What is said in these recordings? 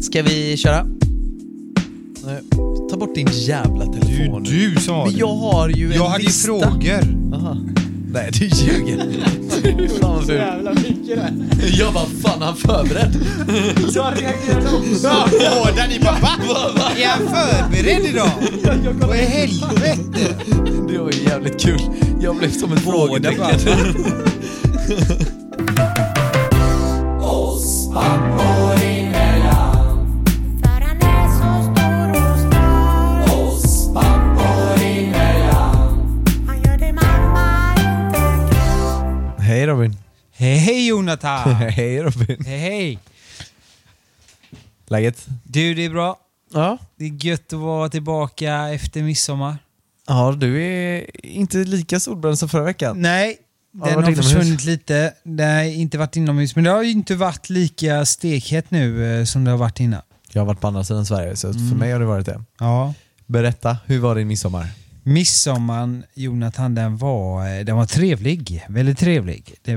Ska vi köra? Nej, ta bort din jävla telefon. Du sa men jag har ju jag en hade lista. ju frågor. Aha. Nej, du ljuger. Fan, Så jävla mycket det. jag bara, fan, han förberedd. Jag reagerade också. Ja, båda ni bara, va? Är jag förberedd idag? Vad i helvete? Det var ju jävligt kul. Jag blev som en frågetecken. Hej Robin. Hej Jonathan. Hej Robin. Hej. Läget? Du, det är bra. Ja. Det är gött att vara tillbaka efter midsommar. Ja, du är inte lika solbränd som förra veckan. Nej, Har den du varit har inomhus? försvunnit lite. Det har inte varit inomhus, men det har ju inte varit lika stekhet nu som det har varit innan. Jag har varit på andra sidan Sverige, så för mig har det varit det. Ja. Berätta, hur var din midsommar? Midsommaren, Jonathan, den var trevlig. Väldigt trevlig. Det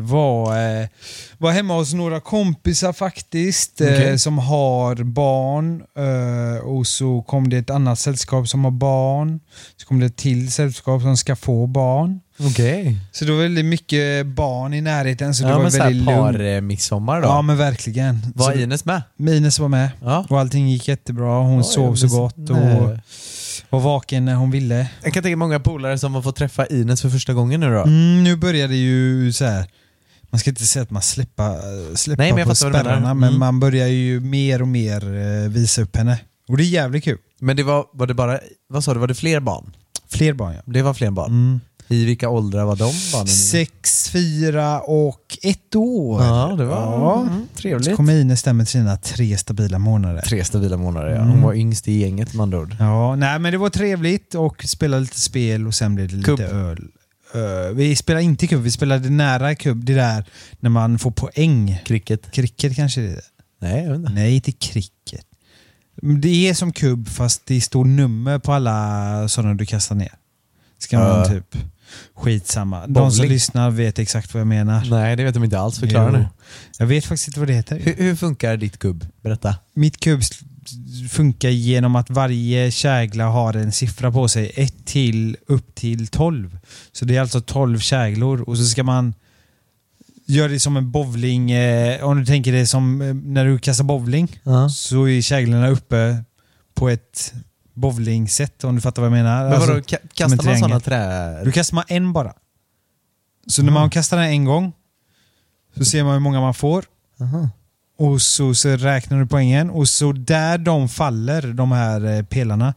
var hemma hos några kompisar faktiskt, Okej. som har barn. Och så kom det ett annat sällskap som har barn. Så kom det ett till sällskap som ska få barn. Okej. Så det var väldigt mycket barn i närheten. Så det Ja, var men såhär väldigt lugnt. par-midsommar då? Ja, men verkligen. Var Så Ines med? Ines var med. Ja. Och allting gick jättebra. Hon Ja, sov ja, så men- gott nej. och var vaken när hon ville. Jag kan tänka många polare som har fått träffa Ines för första gången nu då. Nu börjar det ju så här. Man ska inte säga att man släpper Nej, men jag på fattar vad du menar. spärrarna, men Mm. man börjar ju mer och mer visa upp henne. Och det är jävligt kul. Men det var det bara, vad sa du, var det fler barn? Fler barn, ja. Det var fler barn. Mm. I vilka åldrar var de barnen? 6, 4 och 1 år. Ja, det var Ja. Så trevligt. kommer Ines där med sina 3 stabila månader. 3 stabila månader, ja. Hon var yngst i gänget med andra ord. Ja, nej, men det var trevligt och spela lite spel och sen blev det lite Kubb. öl. Vi spelade inte kubb, vi spelade nära kubb. Det där när man får poäng. Cricket? Cricket kanske det är. Nej, jag vet inte. Nej, inte cricket. Det är som kubb fast det står nummer på alla sådana du kastar ner. Ska man typ skitsamma. De som Bowling. lyssnar vet exakt vad jag menar. Nej, det vet de inte alls. Förklara Jo. nu. Jag vet faktiskt inte vad det heter. Hur funkar ditt kubb? Berätta. Mitt kubb funkar genom att varje kägla har en siffra på sig. 1 till upp till 12. Så det är alltså 12 käglor. Och så ska man göra det som en bowling. Om du tänker det som när du kastar bowling. Ja. Så är käglorna uppe på ett bowlingsätt, om du fattar vad jag menar. Men vadå, kastar man triangel. sådana trä... Du kastar man en bara. Så när man kastar den en gång så ser man hur många man får. Aha. Och så räknar du poängen. Och så där de faller, de här pelarna,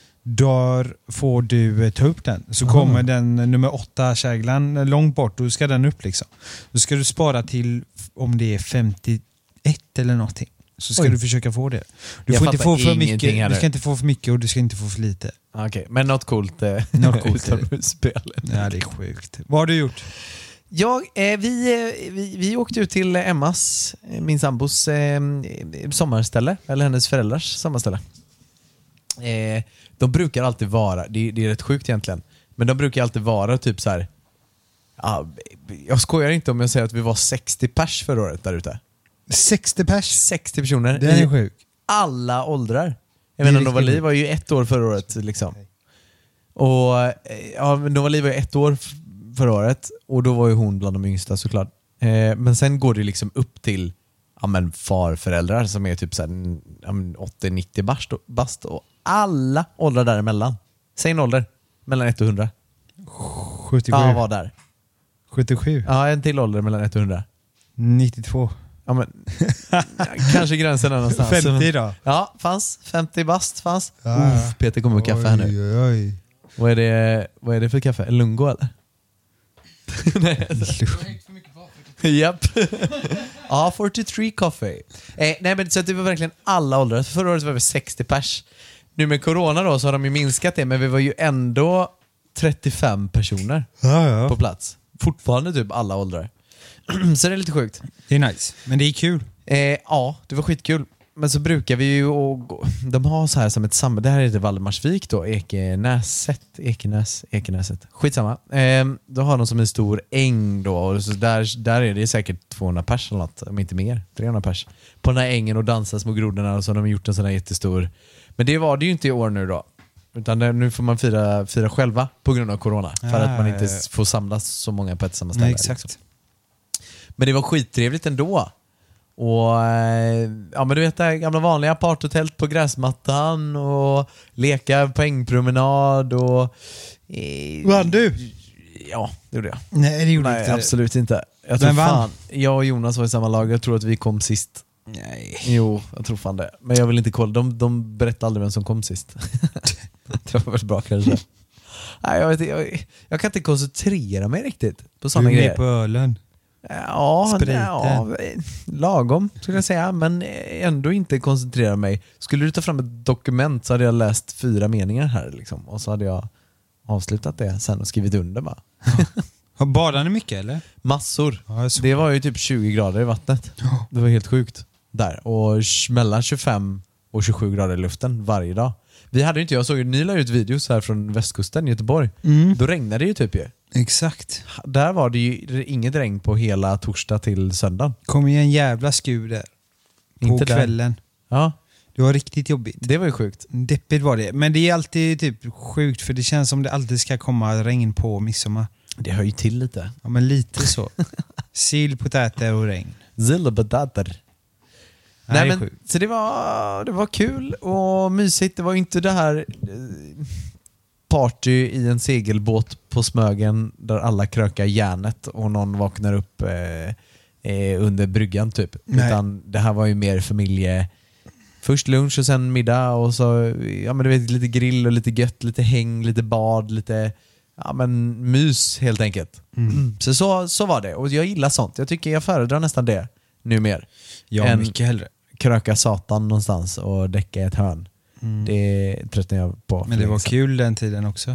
där får du ta upp den. Så kommer den nummer 8 käglan långt bort. Då ska den upp liksom. Då ska du spara till om det är 51 eller någonting. Så ska du försöka få det. Du Jag får inte fattar få för ingenting mycket. här Du nu. ska inte få för mycket och du ska inte få för lite. Okej, men något coolt. Något coolt är det. utanför spelet. Ja, det är sjukt. Vad har du gjort? Vi åkte ut till Emmas, min sambos sommarställe, eller hennes föräldrars sommarställe. De brukar alltid vara, det är rätt sjukt egentligen, men de brukar alltid vara typ så här. Ja, jag skojar inte om jag säger att vi var 60 pers förra året där ute. 60 pers. 60 personer Det är i sjuk. alla åldrar. Jag Det är menar, riktigt Novali sjukt. var ju 1 år förra året liksom. Och ja, Novali var ju 1 år förra året och då var ju hon bland de yngsta såklart. Men sen går det liksom upp till farföräldrar som är typ 80-90 bast och alla åldrar däremellan. Säg en ålder, mellan 1 och 100. 77. Ja, var där. 77. Ja, en till ålder mellan 1 och 100. 92. Ja, men kanske gränsen någonstans. 50 då? Ja, fanns. 50 bast fanns. Ja. Peter kommer med kaffe här nu. Oj, oj. Vad är det för kaffe? Lungo eller? Japp. Ja, 43 coffee. Nej, men så att det var verkligen alla åldrar. Förra året var vi 60 pers. Nu med corona då så har de ju minskat det, men vi var ju ändå 35 personer Ja. på plats. Fortfarande typ alla åldrar. Så det är lite sjukt. Det är nice. Men det är kul. Ja, det var skitkul. Men så brukar vi ju de har så här som ett samma. Det här är det Valdemarsvik då, Ekenäset. Skitsamma. Då har de som en stor äng då, och så där är det säkert 200 pers eller något, om inte mer, 300 pers. På den här ängen och dansar små grodorna, och så har de gjort en sån här jättestor. Men det var det ju inte i år nu då. Utan nu får man fira själva på grund av corona, för att man inte får samlas så många på ett samma ställe. Nej, exakt. Liksom. Men det var skittrevligt ändå. Och ja, men du vet det här gamla vanliga partytält på gräsmattan och leka poängpromenad och Vann du? Ja, det gjorde jag. Nej, det gjorde Nej, inte. absolut inte. Jag tror fan, jag och Jonas var i samma lag. Jag tror att vi kom sist. Nej. Jo, jag tror fan det. Men jag vill inte kolla. De berättade aldrig vem som kom sist. Det var väl bra kanske. Nej, jag kan inte koncentrera mig riktigt på sådana grejer. Du är på ölen. Ja, lagom skulle jag säga, men ändå inte koncentrera mig. Skulle du ta fram ett dokument så hade jag läst 4 meningar här liksom, och så hade jag avslutat det sen och skrivit under bara. Badade ni mycket eller? Massor. Ja, det var ju typ 20 grader i vattnet. Det var helt sjukt där, och mellan 25 och 27 grader i luften varje dag. Vi hade ju inte, jag såg ju, ni la ut videos här från västkusten i Göteborg. Då regnade det ju typ ju. Exakt. Där var det ju inget regn på hela torsdag till söndag. Kom ju en jävla skur där. På inte kvällen. Där. Ja. Det var riktigt jobbigt. Det var ju sjukt. Deppigt var det. Men det är alltid typ sjukt, för det känns som det alltid ska komma regn på midsommar. Det hör ju till lite. Ja, men lite så. Sill, potäter och regn. Zillebadatter. Nej, men så det var kul och mysigt. Det var ju inte det här party i en segelbåt på Smögen där alla krökar järnet och någon vaknar upp under bryggan typ. Nej. Utan det här var ju mer familje. Först lunch och sen middag, och så ja, men du vet, lite grill och lite gött, lite häng, lite bad, lite ja, men mys helt enkelt. Så var det, och jag gillar sånt. Jag tycker jag föredrar nästan det nu mer. Ja, mycket hellre. Kröka satan någonstans och däcka i ett hörn. Det tröttnar jag på. Men det var kul den tiden också.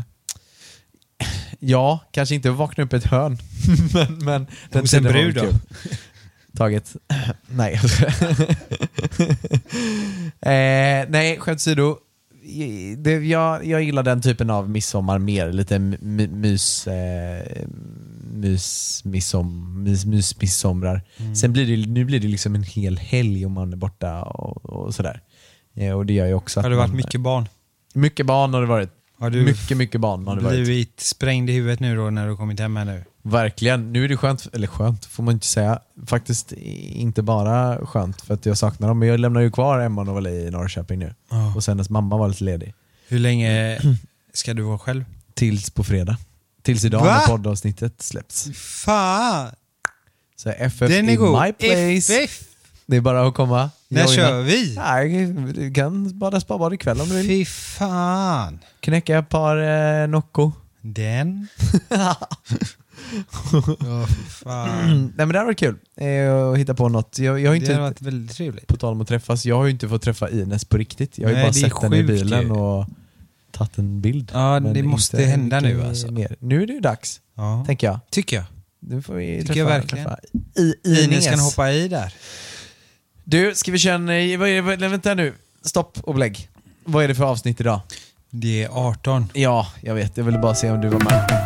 Ja, kanske inte att vakna upp i ett hörn. men den hos en brud då? Taget. Nej. Nej, skämt åsido. Jag gillar den typen av midsommar mer. Lite myssomrar. Sen blir det liksom en hel helg om man är borta och sådär. Och det gör ju också. Har det varit mycket barn? Mycket barn har det varit. Har du mycket barn har det varit. Blivit sprängd i huvudet nu då när du kommit hem här nu? Verkligen. Nu är det skönt, eller skönt får man inte säga. Faktiskt inte bara skönt för att jag saknar dem. Men jag lämnar ju kvar Emma och Novali i Norrköping nu. Och sen hennes mamma var lite ledig. Hur länge ska du vara själv? Tills på fredag. Tills idag när poddavsnittet släpps. Fan! Så FF in my place. FF. Det är bara att komma. När kör vi? Nej, du kan bada spabad ikväll om du vill. Fy fan. Knäcka ett par Nocco. Den? Fan. Nej, men det har varit kul att hitta på något. Jag har inte, det har varit väldigt trevligt. På tal om att träffas, jag har ju inte fått träffa Ines på riktigt. Jag har ju bara sett den i bilen och tagit en bild. Ja, det måste hända nu alltså. Mer. Nu är det ju dags, tänker jag. Tycker jag. Nu får vi tycker jag verkligen. träffa Ines kan hoppa i där. Du, ska vi köra vänta nu. Stopp och belägg. Vad är det för avsnitt idag? Det är 18. Ja, jag vet. Jag ville bara se om du var med.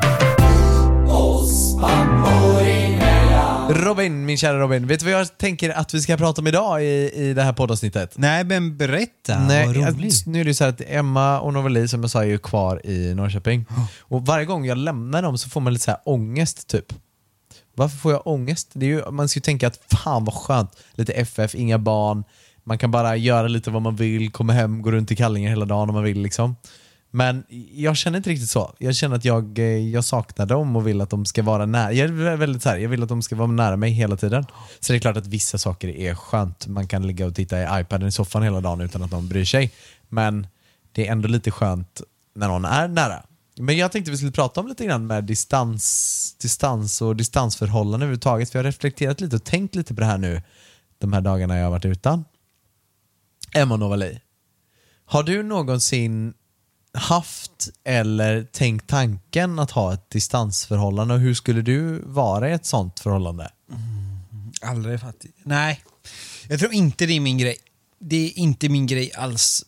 Robin, min kära Robin. Vet du vad jag tänker att vi ska prata om idag i det här poddavsnittet? Nej, men berätta. Nej, vad roligt. Nu är det så här att Emma och Novali, som jag sa, är ju kvar i Norrköping. Och varje gång jag lämnar dem så får man lite så här ångest typ. Varför får jag ångest? Det är ju, man ska ju tänka att fan vad skönt. Lite FF, inga barn. Man kan bara göra lite vad man vill, komma hem, gå runt i Kallinge hela dagen om man vill liksom. Men jag känner inte riktigt så. Jag känner att jag saknar dem och vill att de ska vara nära. Jag är väldigt så här, jag vill att de ska vara nära mig hela tiden. Så det är klart att vissa saker är skönt. Man kan ligga och titta i iPaden i soffan hela dagen utan att någon bryr sig. Men det är ändå lite skönt när någon är nära. Men jag tänkte vi skulle prata om lite grann med distans och distansförhållanden överhuvudtaget. För jag har reflekterat lite och tänkt lite på det här nu de här dagarna jag har varit utan. Emma Novali, har du någonsin haft eller tänkt tanken att ha ett distansförhållande, och hur skulle du vara i ett sånt förhållande? Aldrig fattigt. Nej, jag tror inte det är min grej. det är inte min grej alls.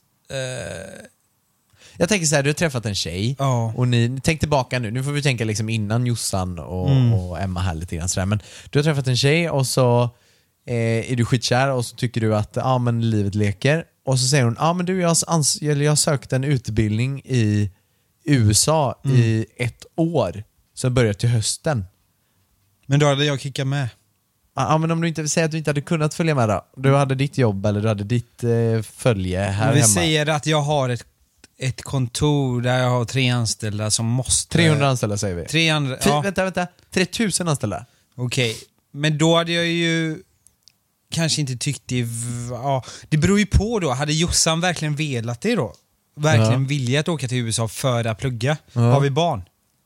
Jag tänker så här, du har träffat en tjej Ja. och ni tänk tillbaka nu får vi tänka liksom innan Jossan och Emma här lite grann sådär. Men du har träffat en tjej och så är du skitkär och så tycker du att men livet leker och så säger hon, men du jag sökte en utbildning i USA i 1 år som börjar till hösten. Men då hade jag kickat med. Ja, men om du inte vill säga att du inte hade kunnat följa med då. Du hade ditt jobb eller du hade ditt följe här hemma. Vi säger att jag har ett kontor där jag har 3 anställda som måste... 300 anställda säger vi. 3 andra, ja. Vänta. 3000 anställda. Okej, men då hade jag ju kanske inte tyckt det... Ja, det beror ju på då. Hade Jossan verkligen velat det då? Verkligen vilja att åka till USA för att plugga? Har vi barn?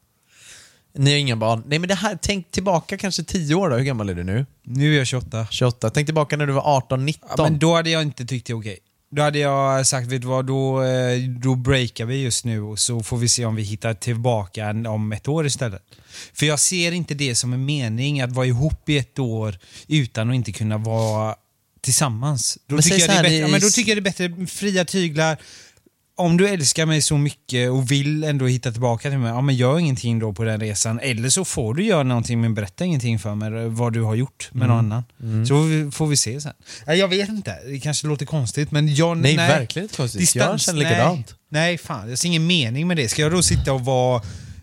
Ni har inga barn. Nej men det här, tänk tillbaka kanske 10 år då. Hur gammal är du nu? Nu är jag 28. 28. Tänk tillbaka när du var 18-19. Ja, men då hade jag inte tyckt det okej. Då hade jag sagt, vet du vad, då breakar vi just nu och så får vi se om vi hittar tillbaka om 1 år istället. För jag ser inte det som en mening att vara ihop i 1 år utan att inte kunna vara tillsammans. Då tycker jag det är bättre, men då tycker jag det är bättre fria tyglar. Om du älskar mig så mycket och vill ändå hitta tillbaka till mig, men gör ingenting då på den resan. Eller så får du göra någonting men berätta ingenting för mig vad du har gjort med någon annan. Så får vi se sen. Jag vet inte, det kanske låter konstigt men nej verkligen inte konstigt. Jag känner likadant. Nej, fan, jag ser ingen mening med det. Ska jag då sitta och vara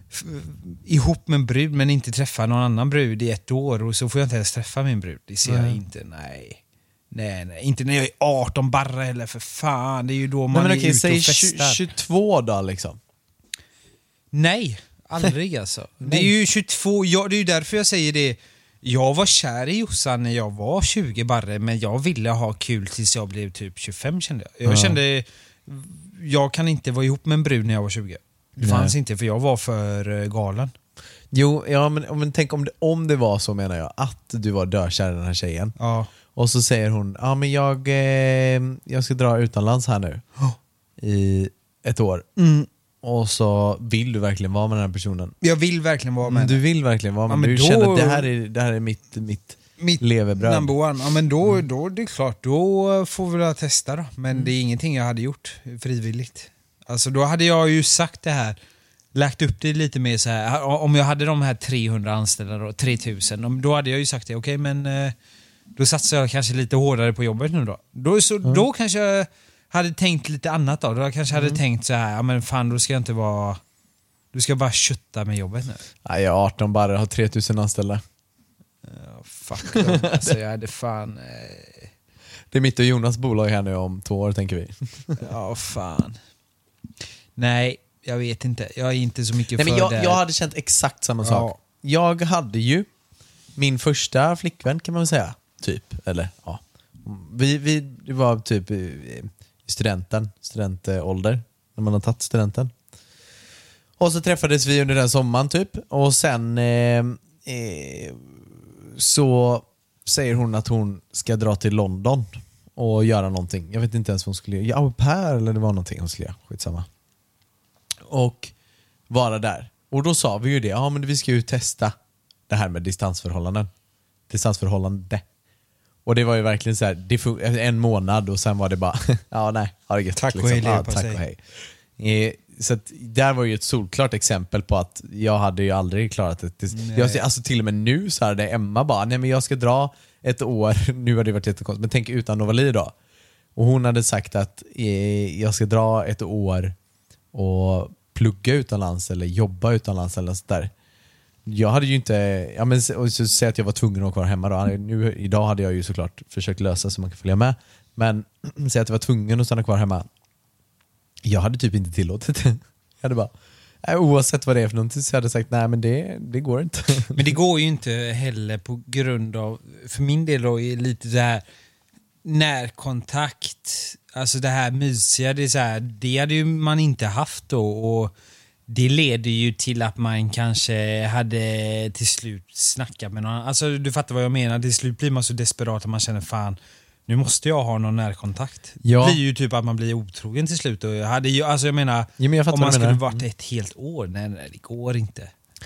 ihop med en brud men inte träffa någon annan brud i 1 år och så får jag inte ens träffa min brud? Det ser jag inte, nej. Nej, inte när jag är 18 barra eller för fan. Det är ju då man är ute och festar. 22 då liksom. Nej, aldrig alltså. Det är ju 22, det är ju därför jag säger det. Jag var kär i Jossan när jag var 20 barre, men jag ville ha kul tills jag blev typ 25 kände jag. Jag kände, jag kan inte vara ihop med en brud när jag var 20. Det fanns inte, för jag var för galen. Jo, men tänk om det var så menar jag, att du var dörkär i den här tjejen. Ja. Och så säger hon, men jag ska dra utomlands här nu i 1 år. Och så vill du verkligen vara med den här personen. Jag vill verkligen vara med. Du vill verkligen vara med. Men du då, känner att det här är mitt levebröd. Number one. Ja, men då det är klart, då får vi testa då. Men det är ingenting jag hade gjort frivilligt. Alltså då hade jag ju sagt det här, lagt upp det lite mer så här. Om jag hade de här 300 anställda då, 3000, då hade jag ju sagt det. Okej, men då satsar jag kanske lite hårdare på jobbet nu då. Då kanske jag hade tänkt lite annat då. Då kanske hade tänkt så här, ja men fan, då ska jag inte vara... Du ska bara kötta med jobbet nu. Nej, jag är 18 bara, har 3000 anställda. Fuck dem. Alltså jag hade fan... Det är mitt och Jonas bolag här nu om 2 år, tänker vi. Ja, fan. Nej, jag vet inte. Jag är inte så mycket Nej, för men det. Jag hade känt exakt samma sak. Jag hade ju min första flickvän, kan man väl säga. Typ, eller ja. Vi var typ i studentålder, när man har tagit studenten. Och så träffades vi under den sommaren typ. Och sen så säger hon att hon ska dra till London och göra någonting. Jag vet inte ens vad hon skulle göra. Au pair, eller det var någonting hon skulle göra. Skitsamma. Och vara där. Och då sa vi ju det. Ja, men vi ska ju testa det här med distansförhållande. Och det var ju verkligen så här, en månad och sen var det bara ja, nej, ha det gött. Tack och liksom. hej, tack och hej. Så att där var ju ett solklart exempel på att jag hade ju aldrig klarat det. Alltså till och med nu så här, där Emma bara, nej men jag ska dra 1 år, nu har det varit jättekonstigt, men tänk utan Novali då. Och hon hade sagt att jag ska dra 1 år och plugga utomlands eller jobba utomlands eller sånt där. Jag hade ju inte, ja men och så säga att jag var tvungen att vara kvar hemma då. Idag hade jag ju såklart försökt lösa så man kan följa med. Men säga att jag var tvungen att stanna kvar hemma. Jag hade typ inte tillåtit det. Jag hade bara, oavsett vad det är för någonting, så jag hade sagt nej, men det går inte. Men det går ju inte heller på grund av, för min del då, är lite det här närkontakt, alltså det här mysiga, det är så här, det hade ju man inte haft då, och det leder ju till att man kanske hade till slut snackat med någon. Alltså du fattar vad jag menar, till slut blir man så desperat att man känner fan, nu måste jag ha någon närkontakt. Ja. Det blir ju typ att man blir otrogen till slut. Och jag menar, jag om man skulle varit ett helt år, nej, det går inte.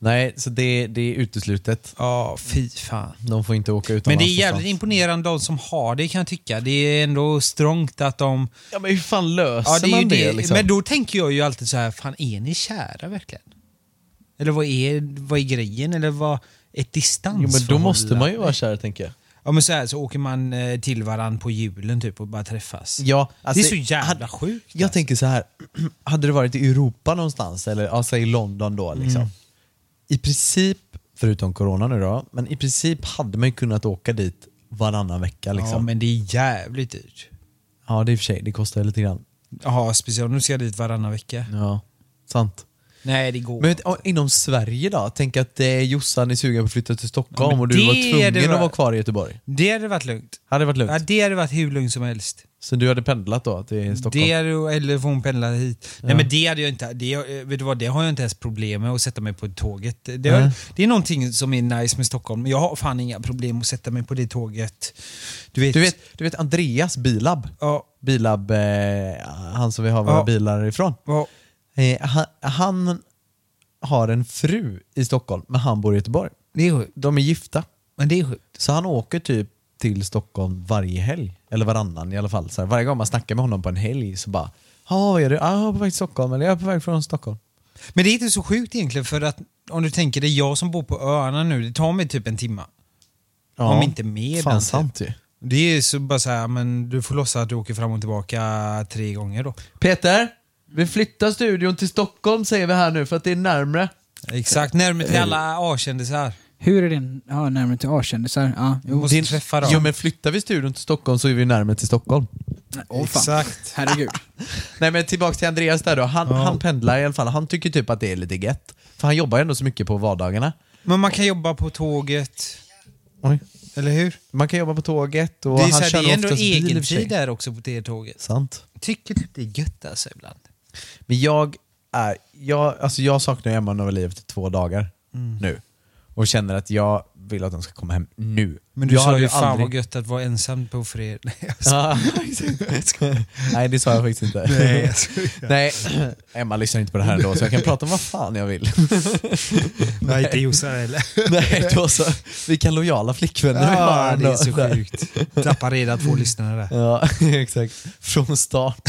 Nej, så det är uteslutet. Ja, fy fan. De får inte åka utomlands. Men det är jävligt imponerande de som har det, kan jag tycka. Det är ändå strångt att de... Ja, men hur fan löser Ja, det är ju man det? det. Liksom? Men då tänker jag ju alltid så här, fan är ni kära verkligen? Eller vad är grejen? Eller vad ett distansförhållande? Jo, men då måste man ju vara kär, tänker jag. Ja, men så här så åker man till varann på julen typ och bara träffas. Ja, alltså, det är så jävla sjukt. Jag alltså. tänker så här, hade det varit i Europa någonstans, eller alltså i London då liksom. I princip, förutom corona nu då, men i princip hade man ju kunnat åka dit varannan vecka liksom. Ja, men det är jävligt dyrt. Ja, det är i och för sig, det kostar lite grann. Jaha, speciellt nu ska jag dit varannan vecka. Ja, sant. Nej, det går. Men vet, inom Sverige då, tänk att Jossan är sugen på att flytta till Stockholm och du det var är tvungen det att vara kvar i Göteborg. Det hade varit lugnt. Hade det varit lugnt? Ja, det hade varit hur lugnt som helst. Så du hade pendlat då till Stockholm? Det hade, eller får hon pendla hit. Nej, men det hade jag inte. Vet du vad, det har jag inte ens problem med att sätta mig på tåget. Det är någonting som är nice med Stockholm. Jag har fan inga problem att sätta mig på det tåget. Du vet Andreas Bilab? Ja. Bilab, han som vi har våra bilar ifrån. Ja. Han har en fru i Stockholm, men han bor i Göteborg. Det är sjukt. De är gifta. Men det är sjukt. Så han åker typ till Stockholm varje helg. Eller varannan i alla fall. Så här, varje gång man snackar med honom på en helg så bara, vad är det? Jag är på väg till Stockholm, eller jag är på väg från Stockholm. Men det är inte så sjukt egentligen, för att om du tänker det är jag som bor på öarna nu, det tar mig typ en timme. Ja, om inte mer. Fan sant ju. Det är så bara så här, men du får låtsas att du åker fram och tillbaka 3 gånger då. Peter, vi flyttar studion till Stockholm säger vi här nu för att det är närmre. Exakt, närmare till alla A-kändisar. Hur är din närmare till A-kändisar? Ja, Du måste träffa dem. Jo, men flyttar vi studion till Stockholm så är vi närmare till Stockholm. Fan. Exakt. Herregud. Nej, men tillbaks till Andreas där då. Han pendlar i alla fall. Han tycker typ att det är lite gett. För han jobbar ändå så mycket på vardagarna. Men man kan jobba på tåget. Oj. Eller hur? Man kan jobba på tåget och Det är, han så här, kör det är ändå oftast bil i och egen för sig. tid där också på det tåget. Sant. Tycker typ det är gött alltså ibland. Men jag saknar Emma och Novali efter 2 dagar nu. Och känner att jag vill att de ska komma hem nu. Men du jag sa hade ju fan aldrig- vad gött att vara ensam på fred. Ja, nej, det sa jag faktiskt inte. Nej, Emma lyssnar inte på det här ändå så jag kan prata om vad fan jag vill. Nej, inte Jossan heller. Nej, då så. Vilka lojala flickvänner vi har Ja, det är ändå. så sjukt. Tappar redan 2 lyssnare där. Ja, exakt. Från start.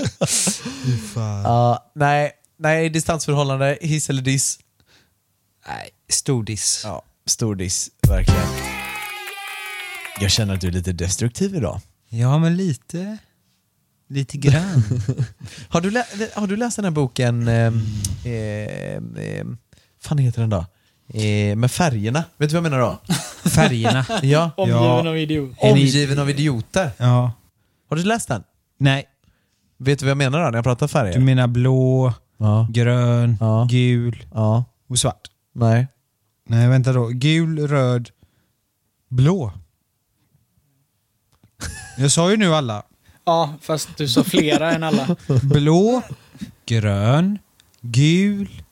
Ja, nej, distansförhållande, hiss eller diss? Nej, stor diss. Ja, stor diss, verkligen. Jag känner att du är lite destruktiv idag. Ja, men lite grann. Har du läst den här boken fan heter den då? Med färgerna. Vet du vad jag menar då? Färgerna. Ja. Omgiven av idiot. Omgiven av idioter. Ja. Har du läst den? Nej, Vet du vad jag menar då när jag pratar färger? du menar blå, Ja. grön, Ja. gul Ja. och svart. Nej. Nej, vänta då. Gul, röd, blå. Jag sa ju nu alla. Ja, fast du sa flera än alla. Blå, grön, gul,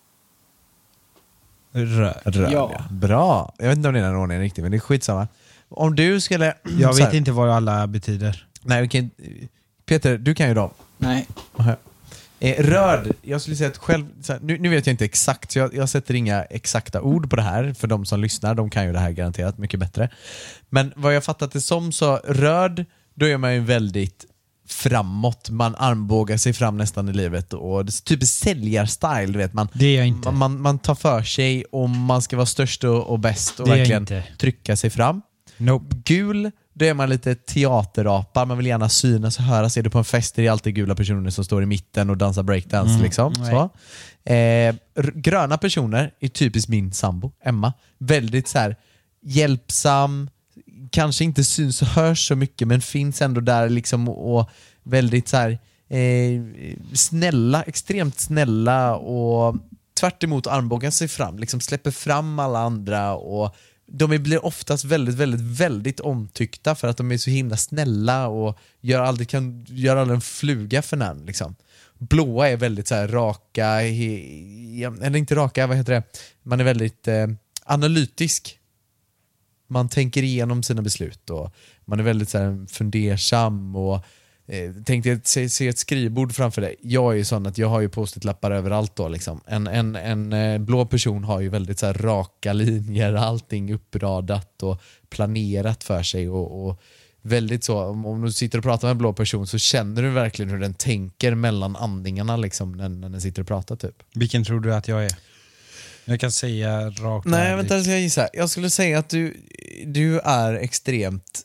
röd. Röd, Ja. ja. Bra. Jag vet inte om det är den ordningen riktigt, men det är skitsamma. Om du skulle... Jag så vet här- inte vad alla betyder. Nej, vi kan... Peter, du kan ju dem. Nej. Röd, jag skulle säga att själv... Så här, nu vet jag inte exakt, så jag sätter inga exakta ord på det här. För de som lyssnar, de kan ju det här garanterat mycket bättre. Men vad jag fattat det som, så röd, då är man ju väldigt framåt. Man armbågar sig fram nästan i livet. Och det är typ säljarstyle, du vet. Det är jag inte. Man tar för sig och man ska vara störst och bäst och Det är jag verkligen inte. trycka sig fram. Nope. Gul, då är man lite teaterapar. Man vill gärna synas och höras. Är du på en fest är det alltid gula personer som står i mitten och dansar breakdance. Liksom. Så. Gröna personer är typiskt min sambo, Emma. Väldigt så här hjälpsam, kanske inte syns och hörs så mycket, men finns ändå där liksom, och väldigt så här snälla, extremt snälla, och tvärt emot armbågen sig fram, liksom släpper fram alla andra, och blir oftast väldigt, väldigt, väldigt omtyckta för att de är så himla snälla och kan göra en fluga för någon liksom. Blåa är väldigt så här raka, eller inte raka, vad heter det? Man är väldigt analytisk. Man tänker igenom sina beslut och man är väldigt så här fundersam och Tänk dig se ett skrivbord framför dig. Jag är ju sån att jag har ju post-it-lappar överallt då liksom. En blå person har ju väldigt så här raka linjer, allting uppradat och planerat för sig och väldigt så, om du sitter och pratar med en blå person så känner du verkligen hur den tänker mellan andningarna liksom när den sitter och pratar typ. Vilken tror du att jag är? Jag kan säga rakt. Nej, vänta, jag ska gissa. Jag skulle säga att du är extremt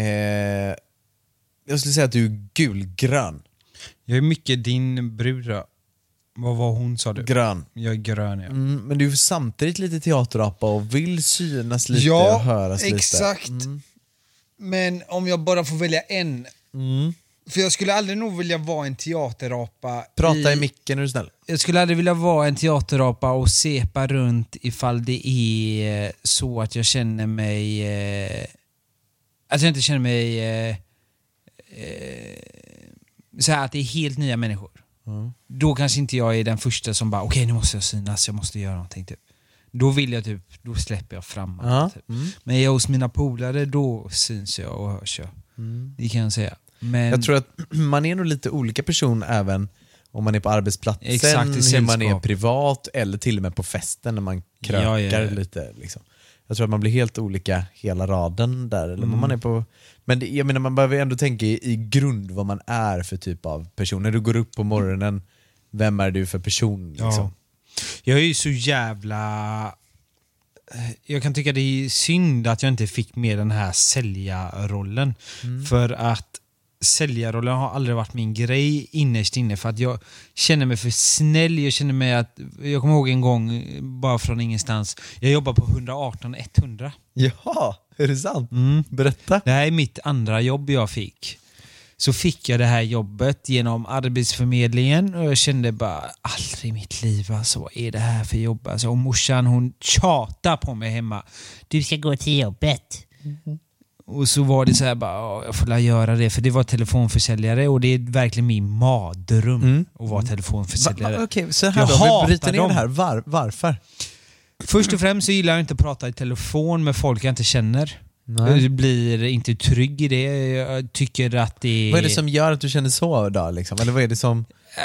jag skulle säga att du är gulgrön. Jag är mycket din brud då. Vad var hon, sa du? Grön. Jag är grön, ja. Men du är samtidigt lite teaterapa och vill synas lite Ja, och höras lite. exakt. Men om jag bara får välja en. För jag skulle aldrig nog vilja vara en teaterapa. Prata i micken, är du snäll. Jag skulle aldrig vilja vara en teaterapa och sepa runt ifall det är så att jag känner mig... att jag inte känner mig... så här att det är helt nya människor. Då kanske inte jag är den första som bara okej, nu måste jag synas, jag måste göra någonting typ. Då vill jag typ, då släpper jag fram typ. Men är jag hos mina polare, då syns jag och hörs jag. Det kan jag säga. Men Jag tror att man är nog lite olika person även om man är på arbetsplatsen, Exakt, i hur sällskap. man är privat eller till och med på festen när man krökar lite liksom. Jag tror att man blir helt olika hela raden där eller vad man är på. Men jag menar, man behöver ändå tänka i grund vad man är för typ av person. När du går upp på morgonen, vem är du för person liksom? Ja. Jag är ju så jävla... Jag kan tycka det är synd att jag inte fick med den här säljarrollen. För att säljarrollen har aldrig varit min grej innerst inne. För att jag känner mig för snäll. Jag känner mig att... Jag kommer ihåg en gång, bara från ingenstans. Jag jobbar på 118-100. Ja, är det sant? Berätta. Det här är mitt andra jobb jag fick. Så fick jag det här jobbet genom Arbetsförmedlingen och jag kände bara aldrig i mitt liv, alltså, vad är det här för jobb? Alltså, och morsan, hon tjatar på mig hemma. Du ska gå till jobbet. Och så var det så här bara, jag får göra det, för det var telefonförsäljare och det är verkligen min mardröm att vara telefonförsäljare. Okej, så här Jag då, vi bryter ner hatar det här. Varför? Först och främst så gillar jag inte att prata i telefon med folk jag inte känner. Nej. Jag blir inte trygg i det. Jag tycker att det... Vad är det som gör att du känner så då liksom? Eller vad är det som...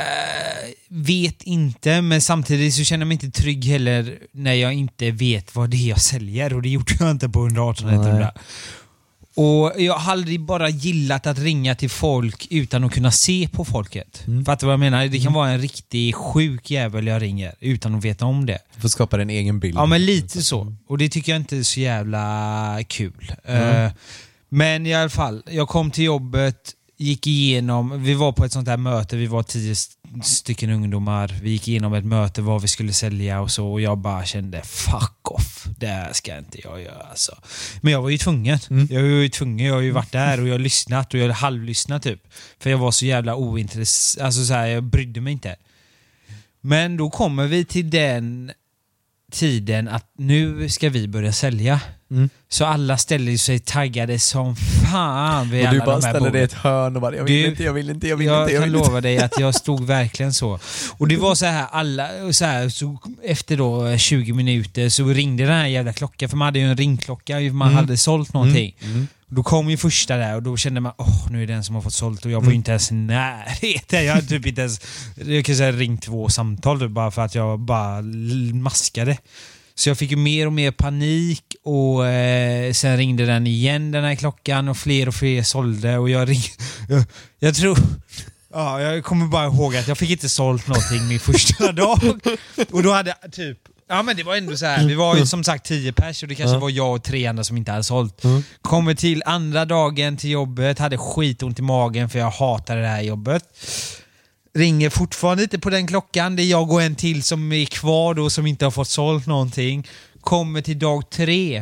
Vet inte, men samtidigt så känner jag mig inte trygg heller när jag inte vet vad det är jag säljer, och det gjorde jag inte på 118-100. Och jag har aldrig bara gillat att ringa till folk utan att kunna se på folket. Fattar du vad jag menar? Det kan vara en riktig sjuk jävel jag ringer utan att veta om det. Du får skapa din egen bild. Ja, men lite så. Och det tycker jag inte är så jävla kul. Men i alla fall, jag kom till jobbet, gick igenom, vi var på ett sånt här möte, vi var 10 stycken ungdomar, vi gick igenom ett möte vad vi skulle sälja och så, och jag bara kände fuck off, det här ska inte jag göra alltså. Men jag var ju tvungen, jag har ju varit där och jag har lyssnat och jag har halvlyssnat typ, för jag var så jävla ointresserad, alltså så här, jag brydde mig inte. Men då kommer vi till den tiden att nu ska vi börja sälja. Så alla ställer sig taggade som fan vid och alla du bara de här ställer dig borden. i ett hörn och bara, jag vill inte. Lova dig att jag stod verkligen så. Och det var så här, alla så här, så efter då 20 minuter så ringde den här jävla klockan, för man hade ju en ringklocka, man hade sålt någonting. Då kom ju första där och då kände man, nu är det den som har fått sålt, och jag var ju inte ens närheten. Jag hade typ inte ens, jag kan säga, ringt 2 samtal bara för att jag bara maskade. Så jag fick ju mer och mer panik, och sen ringde den igen, den här klockan, och fler sålde, och jag tror... Ja, jag kommer bara ihåg att jag fick inte sålt någonting min första dag. Och då hade typ... Ja, men det var ändå så här. Vi var ju som sagt 10 pers, och det kanske var jag och 3 andra som inte hade sålt. Kommer till andra dagen till jobbet, hade skitont i magen för jag hatade det här jobbet. Ringer fortfarande inte på den klockan. Det är jag och en till som är kvar då, som inte har fått sålt någonting. Kommer till dag 3.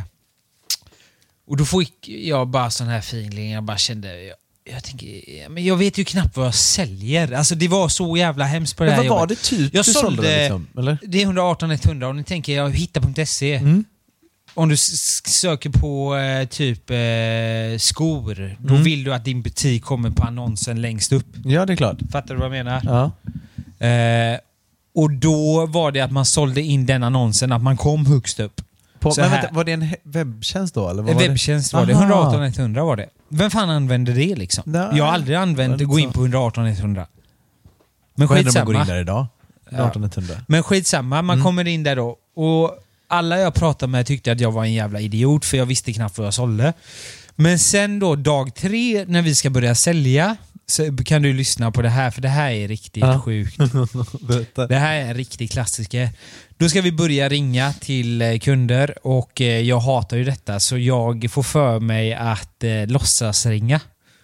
Och då fick jag bara sån här feeling. Jag bara kände... Jag tänker, men jag vet ju knappt vad jag säljer. Alltså det var så jävla hemskt på det här jobbet. Men vad var det typ jag du sålde liksom, eller? Det är 118-100, och ni tänker jag hitta.se. Om du söker på skor, då vill du att din butik kommer på annonsen längst upp. Ja, det är klart. Fattar du vad jag menar? Ja. Och då var det att man sålde in den annonsen, att man kom högst upp. Men vänta, var det en webbtjänst då? Eller vad en var webbtjänst det? var det. 118-100 var det. Vem fan använder det liksom? Nej. Jag har aldrig använt gå in på 118-100. Men Vad händer om man går in skitsamma. där idag? 118-100. Men skitsamma, man kommer in där då. Och alla jag pratade med tyckte att jag var en jävla idiot för jag visste knappt vad jag sålde. Men sen då dag 3 när vi ska börja sälja så kan du lyssna på det här för det här är riktigt sjukt. Det här är en riktig klassiker. Då ska vi börja ringa till kunder och jag hatar ju detta så jag får för mig att låtsas ringa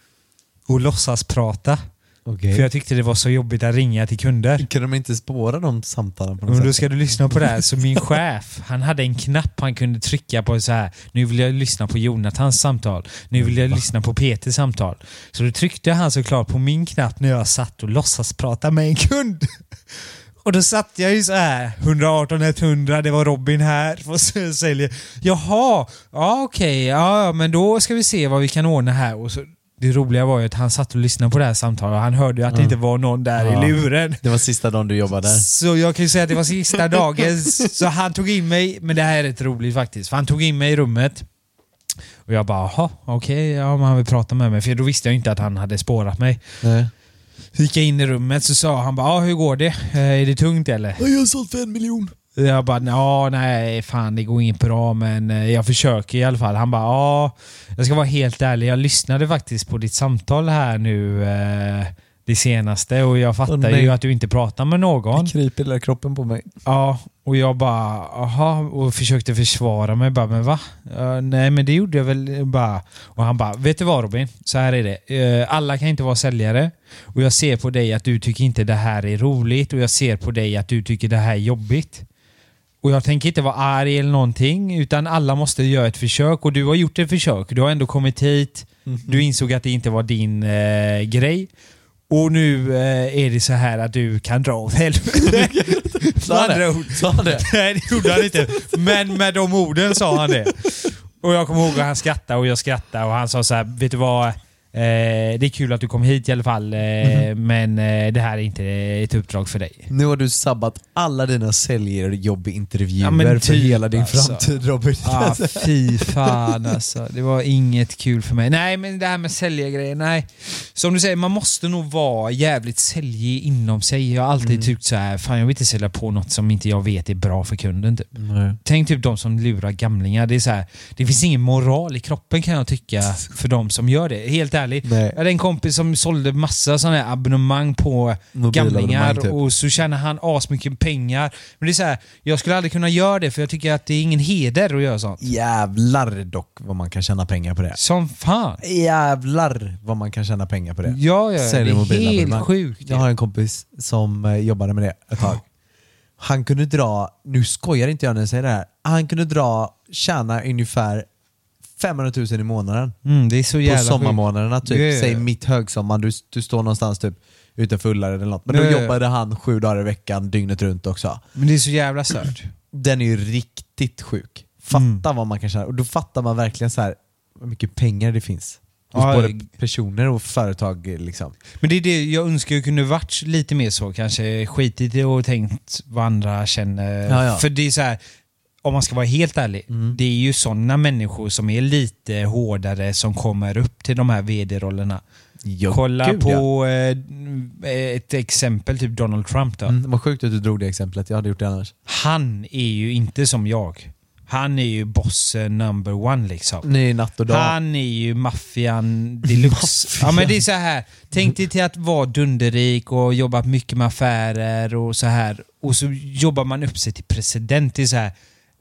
och låtsas prata. Okay. För jag tyckte det var så jobbigt att ringa till kunder. Kan de inte spåra de samtalen på något Men sätt? då ska du lyssna på det här. Så min chef, han hade en knapp han kunde trycka på så här. Nu vill jag lyssna på Jonathans samtal. Nu vill jag lyssna på Peters samtal. Så då tryckte han såklart på min knapp när jag satt och låtsas prata med en kund. Och då satt jag ju så här 118-100, det var Robin här och så säljer. Jaha, ja okej, ja men då ska vi se vad vi kan ordna här. Och så det roliga var ju att han satt och lyssnade på det här samtalet och han hörde ju att det inte var någon där i luren. Det var sista dagen du jobbade där. Så jag kan ju säga att det var sista dagen. Så han tog in mig, men det här är rätt roligt faktiskt. För han tog in mig i rummet. Och jag bara, jaha, okej, ja, men han vill prata med mig. För då visste jag inte att han hade spårat mig. Nej. Så gick jag in i rummet så sa han bara, ja hur går det? Är det tungt eller? Jag har sålt för 1 miljon. Jag bara, ja nej fan det går inte bra men jag försöker i alla fall. Han bara, ja jag ska vara helt ärlig, jag lyssnade faktiskt på ditt samtal här nu det senaste och jag fattar ju att du inte pratar med någon. Det kryper hela kroppen på mig. Ja, och jag bara, aha, och försökte försvara mig bara, men va? Nej men det gjorde jag väl bara. Och han bara, vet du vad Robin? Så här är det. Alla kan inte vara säljare. Och jag ser på dig att du tycker inte det här är roligt och jag ser på dig att du tycker det här är jobbigt. Och jag tänker inte vara arg eller någonting utan alla måste göra ett försök och du har gjort ett försök. Du har ändå kommit hit. Du insåg att det inte var din grej. Och nu är det så här att du kan dra åt helvete. Sa det? Nej, det gjorde han inte. Men med de orden sa han det. Och jag kommer ihåg att han skrattade och jag skrattade och han sa så här, vet du vad? Det är kul att du kom hit i alla fall men det här är inte ett uppdrag för dig. Nu har du sabbat alla dina säljjobbintervjuer för hela din framtid, Robert. Ja, fy fan alltså. Det var inget kul för mig. Nej, men det här med säljargrejer, nej. Som du säger, man måste nog vara jävligt säljig inom sig. Jag har alltid tyckt så här, fan jag vill inte sälja på något som inte jag vet är bra för kunden typ. Tänk typ de som lurar gamlingar. Det är så här, det finns ingen moral i kroppen kan jag tycka för de som gör det. Helt ärligt. Jag hade en kompis som sålde massa sådana här abonnemang på gamlingar typ. Och så tjänar han asmycket pengar. Men det är så här, jag skulle aldrig kunna göra det för jag tycker att det är ingen heder att göra sånt. Jävlar dock vad man kan tjäna pengar på det. Som fan. Jävlar vad man kan tjäna pengar på det. Ja, det är helt sjukt. Jag har en kompis som jobbade med det ett tag. Han kunde dra, nu skojar inte jag när jag säger det här, han kunde tjäna ungefär 500 000 i månaden. Det är så jävla på sommarmånaderna typ. Yeah. Säg mitt högsommar, du står någonstans typ utanför Ullared eller något. Men då jobbade han 7 dagar i veckan dygnet runt också. Men det är så jävla stört. Den är ju riktigt sjuk. Fatta vad man kan tjäna. Och då fattar man verkligen så här hur mycket pengar det finns. Hos både personer och företag liksom. Men det är det jag önskar jag kunde varit lite mer så. Kanske skitit i och tänkt vad andra känner. För det är så här, om man ska vara helt ärlig, det är ju sådana människor som är lite hårdare som kommer upp till de här vd-rollerna. Kolla på ett exempel, typ Donald Trump då. Det var sjukt att du drog det exemplet, jag hade gjort det annars. Han är ju inte som jag. Han är ju bossen number one liksom. Nej, natt och dag. Han är ju maffian deluxe. Ja, men det är så här. Tänk dig till att vara dunderik och jobba mycket med affärer och så här. Och så jobbar man upp sig till president. Det är så här.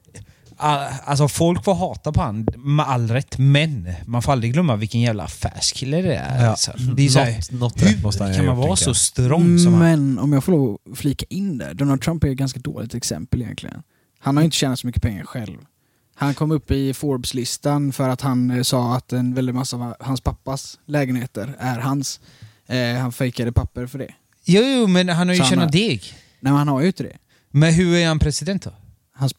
Alltså folk får hata på han med all rätt, men man får aldrig glömma vilken jävla affärskille det är. Ja. Alltså. Det är så här, hur kan man vara så strong som han? Men om jag får lov att flika in där, Donald Trump är ett ganska dåligt exempel egentligen. Han har inte tjänat så mycket pengar själv. Han kom upp i Forbes-listan för att han sa att en väldigt massa av hans pappas lägenheter är hans. Han fejkade papper för det. Jo, men han har ju tjänat deg. Nej, men han har ju inte det. Men hur är han president då? Hans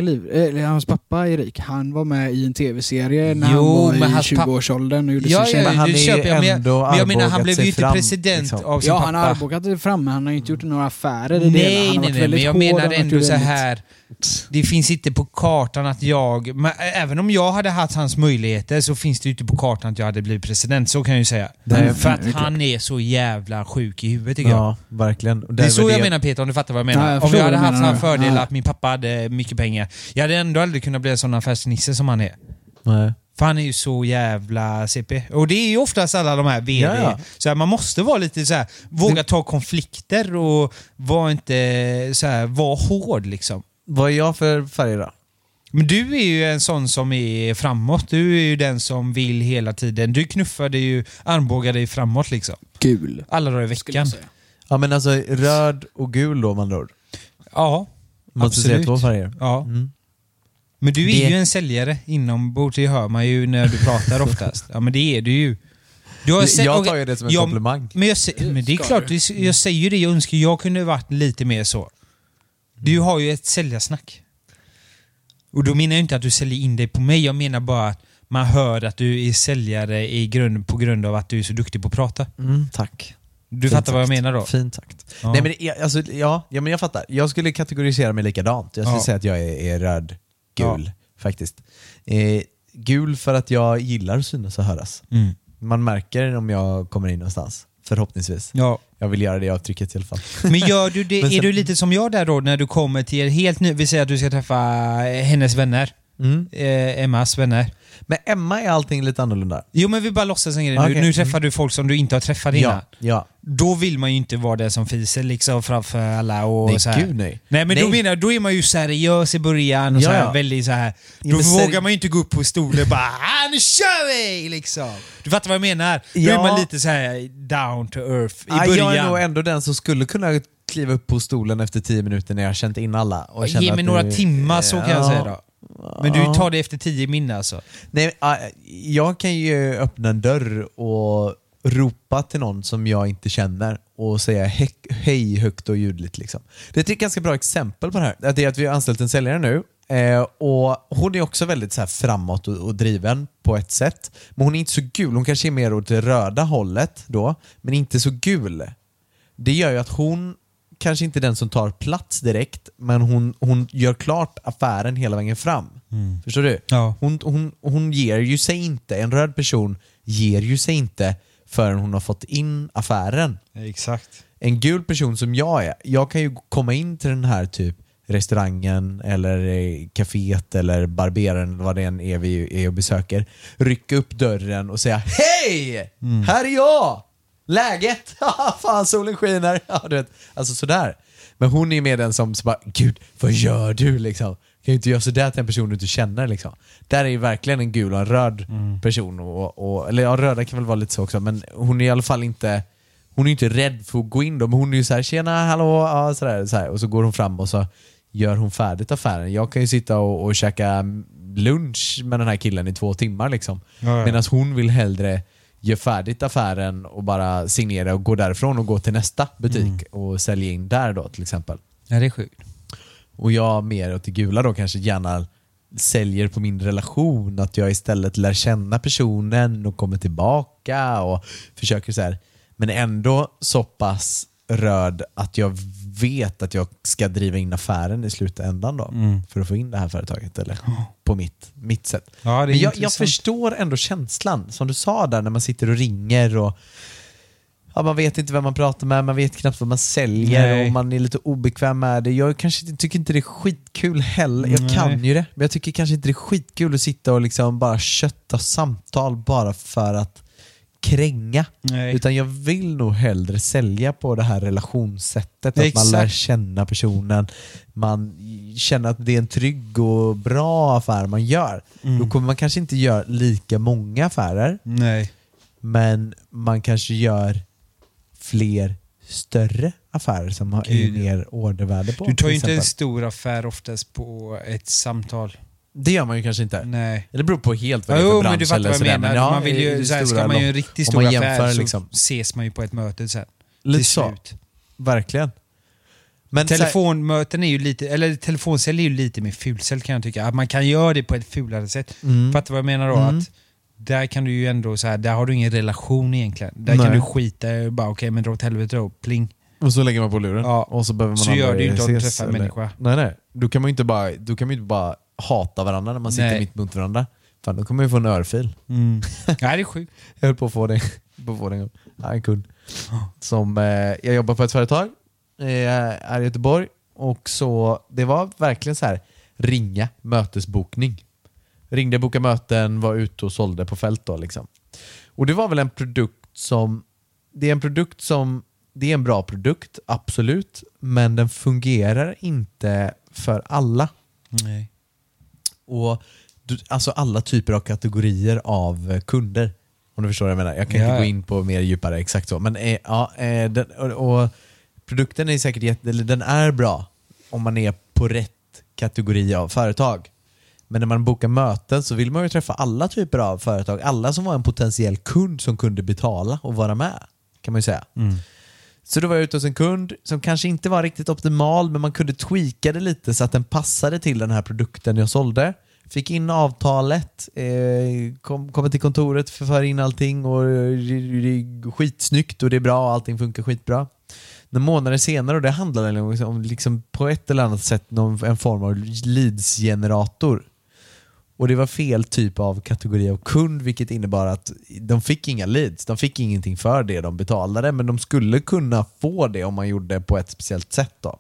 pappa är rik. Han var med i en tv-serie när han var i 20-årsåldern och gjorde sin tjänst. Men han är ändå men jag menar, han blev ju inte fram, president liksom. Av sin pappa. Han har arbogat sig fram, men han har inte gjort några affärer. Nej, men jag menar ändå så här. Det finns inte på kartan att även om jag hade haft hans möjligheter så finns det inte på kartan att jag hade blivit president, så kan jag ju säga. För att han är så jävla sjuk i huvudet tycker jag. Ja, verkligen. Det är så jag menar Peter, om du fattar vad jag menar. Om jag hade haft sån fördel att min pappa hade mycket pengar. Jag hade ändå aldrig kunnat bli en sån affärsnisse som han är. Nej. För han är ju så jävla CP. Och det är ju oftast alla de här VD. Ja. Så här, man måste vara lite så här, våga ta konflikter och vara inte så här, vara hård liksom. Vad är jag för färg då? Men du är ju en sån som är framåt. Du är ju den som vill hela tiden. Du knuffade ju, armbågade dig framåt liksom. Gul. Alla dagar i veckan. Ja, men alltså röd och gul då, man då. Ja, Måste säga 2 färger. Ja. Mm. Men du är ju en säljare inombords, det hör man ju när du pratar oftast. Ja, men det är du ju. Jag tar ju det som en komplimang. Men det är klart, jag säger ju det. Jag önskar jag kunde varit lite mer så. Du har ju ett säljarsnack. Och då menar jag inte att du säljer in dig på mig. Jag menar bara att man hör att du är säljare på grund av att du är så duktig på att prata. Tack. Du fattar vad jag menar då? Fint sagt. Ja. Nej, men men jag fattar. Jag skulle kategorisera mig likadant. Jag skulle säga att jag är röd-gul faktiskt. Gul för att jag gillar att synas och höras. Man märker om jag kommer in någonstans. Förhoppningsvis. Ja. Jag vill göra det avtrycket i alla fall. Men gör du det, är du lite som jag där då när du kommer till helt ny, vi säger att du ska träffa hennes vänner. Emmas vänner. Men Emma är allting lite annorlunda. Jo, men vi bara låtsas en grej. Okay. Nu träffar du folk som du inte har träffat innan. Ja. Då vill man ju inte vara där som fiser liksom framför alla och nej, så här. Gud, nej. Nej, men då är man ju seriös i början och så här, väldigt så här. Då vågar man ju inte gå upp på stolen och bara nu kör vi liksom. Du fattar vad jag menar? Då är man lite så här down to earth i början. Jag är nog ändå den som skulle kunna kliva upp på stolen efter 10 minuter när jag har känt in alla. Och ge mig några timmar så kan jag säga då. Men du tar det efter 10 minne alltså? Nej, jag kan ju öppna en dörr och ropa till någon som jag inte känner och säga hej högt och ljudligt liksom. Det är ett ganska bra exempel på det här. Det är att vi har anställt en säljare nu och hon är också väldigt så här framåt och driven på ett sätt. Men hon är inte så gul. Hon kanske är mer åt det röda hållet då, men inte så gul. Det gör ju att hon kanske inte är den som tar plats direkt, men hon gör klart affären hela vägen fram. Förstår du? Ja. Hon ger ju sig inte. En röd person ger ju sig inte förrän hon har fått in affären. Exakt. En gul person som jag kan ju komma in till den här typ restaurangen eller kaféet eller barberaren, vad det än är vi är och besöker, rycka upp dörren och säga hej! Här är jag! Läget? Fan, solen skiner. Ja, du vet. Alltså sådär. Men hon är med den som så bara, gud, vad gör du liksom? Kan ju inte göra sådär till en person du inte känner liksom. Där är ju verkligen en gul och en röd person. Eller ja, röda kan väl vara lite så också. Men hon är i alla fall inte, hon är inte rädd för att gå in då. Men hon är ju såhär, tjena, hallå, ja, sådär. Och så går hon fram och så gör hon färdigt affären. Jag kan ju sitta och käka lunch med den här killen i 2 timmar liksom. Ja. Medan hon vill hellre gör färdigt affären och bara signera och gå därifrån och gå till nästa butik och sälja in där då till exempel. Ja, det är sjukt. Och jag mer åt det gula då kanske gärna säljer på min relation, att jag istället lär känna personen och kommer tillbaka och försöker så här, men ändå så pass röd att jag vet att jag ska driva in affären i slutändan då för att få in det här företaget eller på mitt sätt. Ja, men jag förstår ändå känslan som du sa där när man sitter och ringer och man vet inte vem man pratar med, man vet knappt vad man säljer och man är lite obekväm med det. Jag kanske tycker inte det är skitkul heller. Jag kan ju det, men jag tycker kanske inte det är skitkul att sitta och liksom bara kötta samtal bara för att kränga. Nej. Utan jag vill nog hellre sälja på det här relationssättet. Att man lär känna personen. Man känner att det är en trygg och bra affär man gör. Då kommer man kanske inte göra lika många affärer. Nej. Men man kanske gör fler större affärer som har mer ordervärde på. Du tar ju inte en stor affär oftast på ett samtal. Det gör man ju kanske inte. Nej. Det beror på helt vad det är för bransch. Men du fattar vad jag menar. Man vill ju, så här, ska man ju en riktigt stor affär liksom, så ses man ju på ett möte sen. Lite så. Verkligen. Men telefonmöten är ju lite, eller telefonsälj är ju lite mer fulsälj kan jag tycka. Att man kan göra det på ett fulare sätt. Fattar vad jag menar då? Att där kan du ju ändå så här, där har du ingen relation egentligen. Där kan du skita bara okej, men dra åt helvete då, pling. Och så lägger man på luren. Ja. Och så behöver man Så gör det ju inte att ses, träffa en eller- människa. Nej. Då kan man ju inte bara hata varandra när man sitter Nej. mitt mot varandra. Fan, då kommer man ju få en örfil. Nej, det är sjukt. Jag höll på att få det. En kund. Som, jag jobbar på ett företag här i Göteborg. Och så, det var verkligen så här ringa mötesbokning. Ringde, boka möten, var ute och sålde på fält då liksom. Och det var väl en produkt som, det är en bra produkt, absolut. Men den fungerar inte för alla. Nej. Och alltså alla typer av kategorier av kunder. Om du förstår vad jag menar. Jag kan inte gå in på mer djupare exakt så. Men och produkten är säkert den är bra om man är på rätt kategori av företag. Men när man bokar möten så vill man ju träffa alla typer av företag. Alla som var en potentiell kund som kunde betala och vara med. Kan man ju säga. Så då var jag ute hos en kund som kanske inte var riktigt optimal, men man kunde tweaka det lite så att den passade till den här produkten jag sålde. Fick in avtalet, kom till kontoret, för in allting och det är skitsnyggt och det är bra och allting funkar skitbra. Några månader senare, och det handlade om liksom på ett eller annat sätt en form av leadsgenerator. Och det var fel typ av kategori av kund, vilket innebar att de fick inga leads. De fick ingenting för det de betalade, men de skulle kunna få det om man gjorde det på ett speciellt sätt då.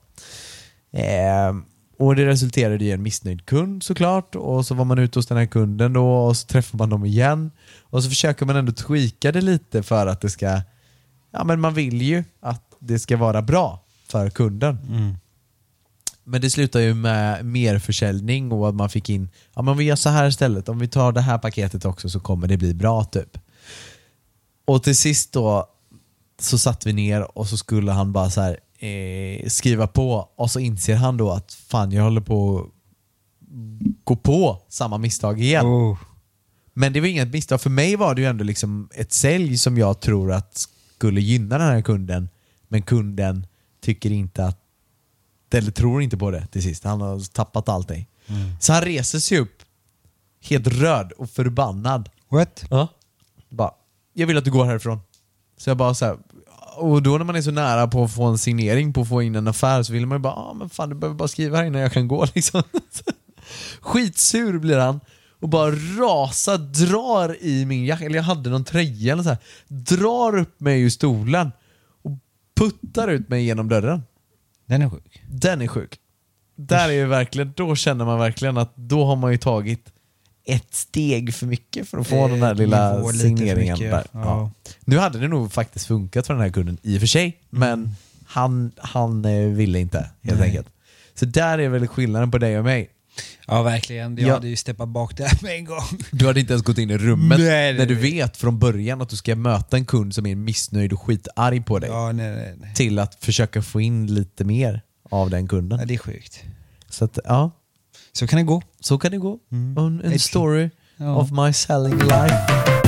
Och det resulterade i en missnöjd kund såklart. Och så var man ute hos den här kunden då, och så träffar man dem igen. Och så försöker man ändå tweaka det lite för att det ska... Ja, men man vill ju att det ska vara bra för kunden. Men det slutar ju med mer försäljning och att man fick in, ja men vi gör så här istället, om vi tar det här paketet också så kommer det bli bra typ. Och till sist då så satt vi ner och så skulle han bara så här skriva på, och så inser han då att fan, jag håller på att gå på samma misstag igen. Men det var inget misstag, för mig var det ju ändå liksom ett sälj som jag tror att skulle gynna den här kunden, men kunden tycker inte att, eller tror inte på det till sist. Han har tappat allting. Så han reser sig upp helt röd och förbannad. What? Ja. Bara, jag vill att du går härifrån. Så jag bara så här, och då när man är så nära på att få en signering, på att få in en affär, så vill man ju bara, men fan, du behöver bara skriva här innan jag kan gå liksom. Skitsur blir han och bara drar i min jacka, eller jag hade någon tröja eller så här, drar upp mig ur stolen och puttar ut mig genom dörren. Den är sjuk. Den är sjuk. Där är ju verkligen, då känner man verkligen att då har man ju tagit ett steg för mycket för att få den här lilla signeringen där. Ja. Nu hade det nog faktiskt funkat för den här kunden i och för sig, men han ville inte helt enkelt. Så där är väl skillnaden på dig och mig. Ja, verkligen. Jag hade ju steppat bak där med en gång. Du hade inte ens gått in i rummet Nej. när du vet från början att du ska möta en kund som är missnöjd och skitarg på dig. Ja, nej. Till att försöka få in lite mer av den kunden. Ja, det är sjukt. Så att, ja. Så kan det gå. Så kan det gå. En Ett- story Ja. of my selling life.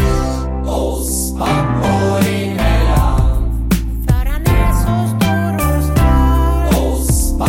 För han är så stor och stark.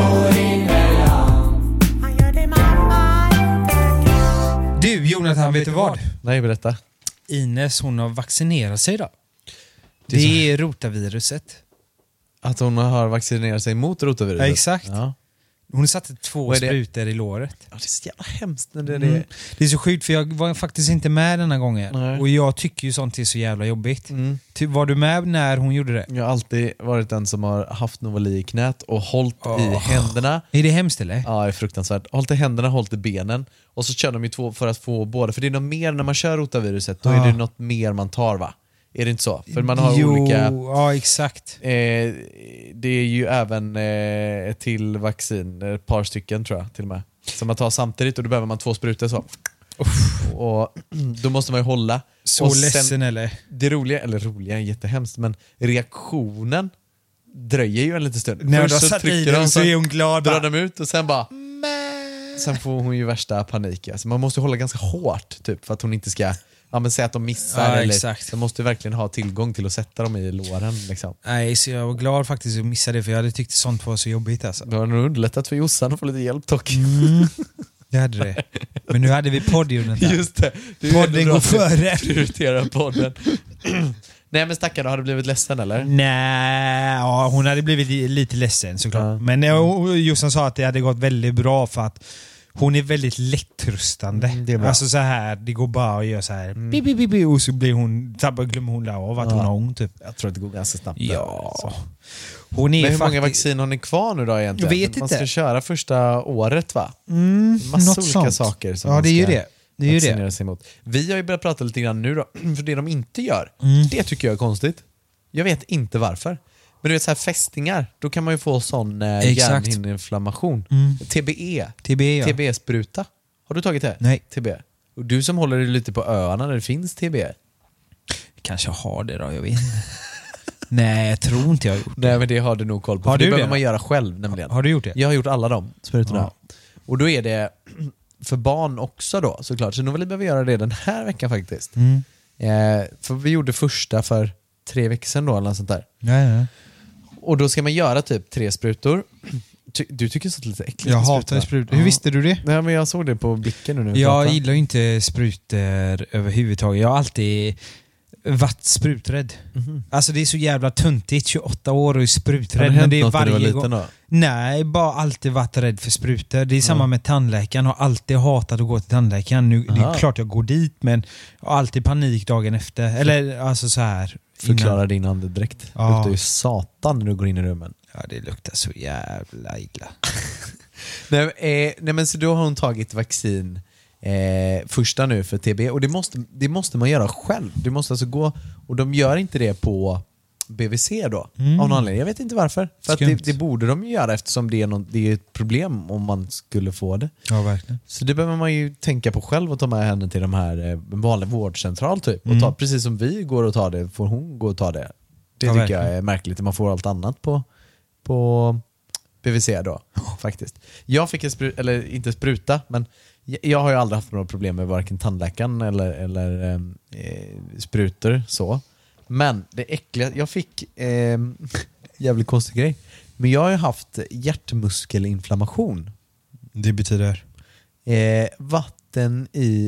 Han gör det mamma inte kan. Du, Jonathan, vet du vad? Nej, berätta. Ines, hon har vaccinerat sig då. Det är rotaviruset. Att hon har vaccinerat sig mot rotaviruset. Ja, exakt. Ja. Hon satte 2 Vad är det? sprutor i låret. Ja, det är så jävla hemskt när det är det. Det är så sjukt, för jag var faktiskt inte med denna gången. Nej. Och jag tycker ju sånt är så jävla jobbigt. Mm. Var du med när hon gjorde det? Jag har alltid varit den som har haft Novali i knät och hållit i händerna. Är det hemskt eller? Ja, det är fruktansvärt. Hållit i händerna, hållit i benen. Och så kör de ju 2 för att få båda. För det är något mer när man kör rotaviruset. Då är det något mer man tar, va? Är det inte så? För man har olika... Ja, exakt. Det är ju även till vaccin, ett par stycken tror jag till och med. Som man tar samtidigt, och då behöver man 2 sprutor så. Och då måste man ju hålla. Så och ledsen eller? Det roliga är jättehemskt, men reaktionen dröjer ju en liten stund. När du Först har så satt i trycker den de, så är hon glad. drar de ut och sen bara... Sen får hon ju värsta panik. Alltså man måste hålla ganska hårt typ, för att hon inte ska... Ja, men säg att de missar, Ja, eller exakt. de måste verkligen ha tillgång till att sätta dem i låren liksom. Nej, så jag var glad faktiskt att missa det, för jag hade tyckt sånt var så jobbigt alltså. Det har nog underlättat för Jossan att få lite hjälp dock. Det hade det. Men nu hade vi podd, Jonathan. Just det. Det är ju Podden ändå bra går att du före. prioriterar podden. Nej men stackarn, har du blivit ledsen eller? Nej, ja, hon hade blivit lite ledsen såklart. Ja. Men Jossan sa att det hade gått väldigt bra för att hon är väldigt lättrustande. Det är bra. Alltså så här, det går bara att göra så här och så blir glömmer hon där av att hon har ont typ. Jag tror att det går ganska snabbt. Ja. Så. Hon är Men hur många faktiskt- vaccin har ni kvar nu då egentligen? Jag vet Man inte. ska köra första året va? Massa något olika sånt. saker som Ja, man det är ju ska det. Det är ju det. vaccinera sig mot. Vi har ju börjat prata lite grann nu då, för det de inte gör, det tycker jag är konstigt. Jag vet inte varför. Men du vet så här fästingar, då kan man ju få sån Exakt. hjärnhinneinflammation. TBE. TB, ja. TBE-spruta. Har du tagit det? Nej. TBE. Och du som håller dig lite på öarna där det finns TBE. Kanske har det då, jag vet inte. Nej, jag tror inte jag har gjort det. Nej men det har du nog koll på. Har För det du behöver det? man göra själv nämligen. Har du gjort det? Jag har gjort alla de sprutorna. Ja. Och då är det för barn också då såklart. Så nu vill vi behöva göra det den här veckan faktiskt. För vi gjorde första för 3 veckor sedan då eller något sånt där. Ja. Och då ska man göra typ 3 sprutor. Du tycker sånt lite äckligt Jag med hatar sprutor. Hur visste du det? Nej men jag såg det på blicken nu när vi Jag pratade. gillar ju inte sprutor överhuvudtaget. Jag har alltid varit spruträdd. Alltså det är så jävla tuntigt, 28 år och är spruträdd. Har det hänt det är något när du var varje liten gång. då? Nej, bara alltid varit rädd för sprutor. Det är samma med tandläkaren. Har alltid hatat att gå till tandläkaren. Nu, det är Aha. klart jag går dit, men jag har alltid panik dagen efter. Eller alltså så här. Förklara din andedräkt. Ja. Luktar ju satan när du går in i rummen. Ja, det luktar så jävla illa. Nej men så då har hon tagit vaccin första nu för TB och det måste man göra själv. Du måste alltså gå, och de gör inte det på BVC då av någon anledning. Jag vet inte varför. För att Skumt. det borde de göra eftersom det är ett problem om man skulle få det. Ja, verkligen. Så det behöver man ju tänka på själv och ta med henne till de här vanliga vårdcentral typ. Och ta, precis som vi går och tar det får hon gå och ta det. Det Ja, tycker verkligen. jag är märkligt. Man får allt annat på BVC då faktiskt. Jag fick inte spruta, men jag har ju aldrig haft några problem med varken tandläkaren eller sprutor så. Men det äckliga, jag fick jävligt konstig grej. Men jag har ju haft hjärtmuskelinflammation. Det betyder? Vatten i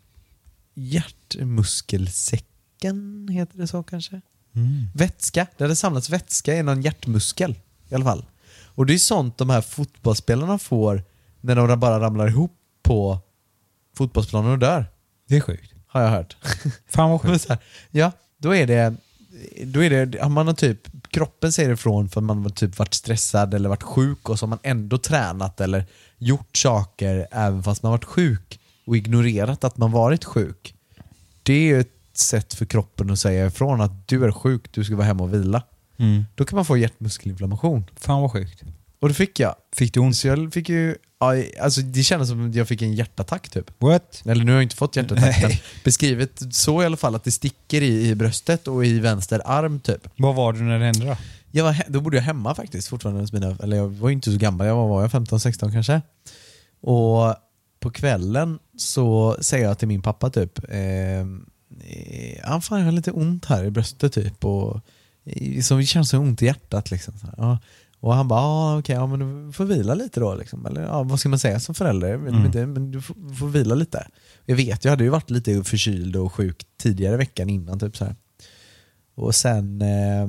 hjärtmuskelsäcken, heter det så kanske? Vätska, det hade samlats vätska i någon hjärtmuskel i alla fall. Och det är sånt de här fotbollsspelarna får när de bara ramlar ihop på fotbollsplanen och dör. Det är sjukt. Har jag hört. Fan vad Men sjukt. så här, ja, då är det man har typ, kroppen säger ifrån för att man har typ varit stressad eller varit sjuk och så har man ändå tränat eller gjort saker även fast man varit sjuk och ignorerat att man varit sjuk. Det är ju ett sätt för kroppen att säga ifrån att du är sjuk, du ska vara hemma och vila. Då kan man få hjärtmuskelinflammation. Fan vad sjukt. Och det fick jag. Fick du ont? Så jag fick ju, alltså det kändes som att jag fick en hjärtattack typ. What? Eller nu har jag inte fått hjärtattack, men Nej. beskrivet så i alla fall att det sticker i bröstet och i vänster arm typ. Vad var du när det hände då? Då bodde jag hemma faktiskt fortfarande hos mina, eller jag var ju inte så gammal, var jag 15-16 kanske. Och på kvällen så säger jag till min pappa typ fan jag har lite ont här i bröstet typ och som känns så ont i hjärtat liksom. Så här, ja. Och han bara, okej, men du får vila lite då liksom. Eller vad ska man säga som förälder? Men du får vila lite. Jag vet, jag hade ju varit lite förkyld och sjuk tidigare veckan innan typ så här. Och sen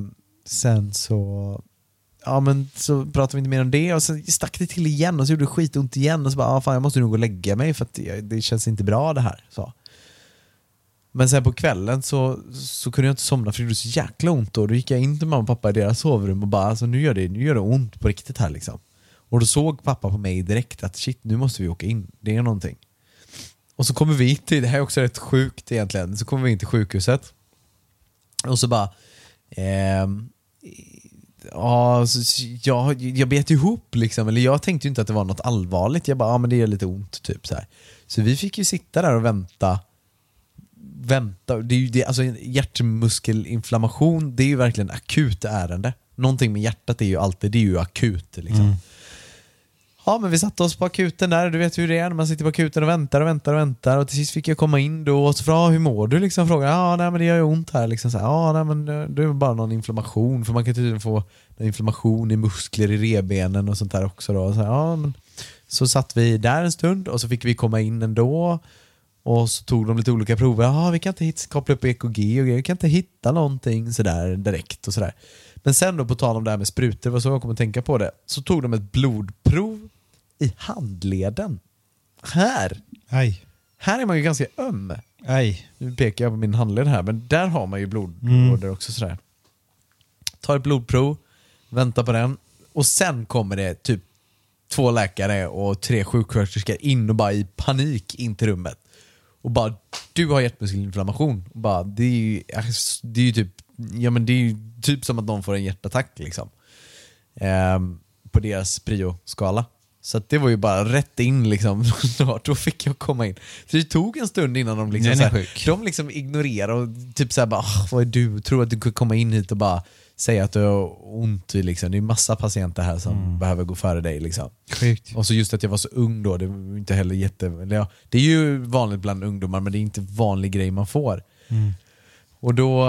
så så pratade vi inte mer om det och sen stack det till igen och så gjorde det skitont igen och så bara, fan jag måste nog gå och lägga mig för att det känns inte bra det här. Så. Men sen på kvällen så kunde jag inte somna för det gjorde så jäkla ont och då gick jag in till mamma och pappa i deras sovrum och bara, alltså nu gör det ont på riktigt här liksom. Och då såg pappa på mig direkt att shit, nu måste vi åka in, det är någonting. Och så kommer vi till, det här är också rätt sjukt egentligen, så kommer vi in till sjukhuset och så bara jag bet ihop liksom, eller jag tänkte ju inte att det var något allvarligt, jag bara, men det är lite ont typ så här. Så vi fick ju sitta där och vänta. Det är ju det, alltså hjärtmuskelinflammation, det är ju verkligen akut ärende. Någonting med hjärtat är ju alltid, det är ju akut liksom. Ja, men vi satte oss på akuten där, du vet hur det är när man sitter på akuten och väntar och till sist fick jag komma in då och så fråga, hur mår du liksom, fråga, nej men det gör ju ont här liksom, så här, nej men det är bara någon inflammation, för man kan tydligen få en inflammation i muskler i revbenen och sånt där också då, så här, men så satt vi där en stund och så fick vi komma in ändå Och så tog de lite olika prover. Vi kan inte koppla upp EKG och grejer. Vi kan inte hitta någonting sådär direkt och sådär. Men sen då på tal om det här med sprutor, vad så jag kommer att tänka på det. Så tog de ett blodprov i handleden. Här är man ju ganska öm. Nu pekar jag på min handled här, men där har man ju blodprover också sådär. Ta ett blodprov, vänta på den. Och sen kommer det typ 2 läkare och 3 sjuksköterskor in och bara i panik in till rummet. Och bara, du har hjärtmuskelinflammation. Och bara, det är ju typ, ja men det är ju typ som att någon får en hjärtattack liksom. På deras prio-skala. Så att det var ju bara rätt in liksom. Då fick jag komma in. Så det tog en stund innan de liksom, de liksom ignorerade och typ såhär bara, vad är du? Tror att du kan komma in hit och bara säga att du har ont liksom. Det är massa patienter här som behöver gå före dig liksom. Sjukt. Och så just att jag var så ung då, det var inte heller det är ju vanligt bland ungdomar, men det är inte vanlig grej man får. Och då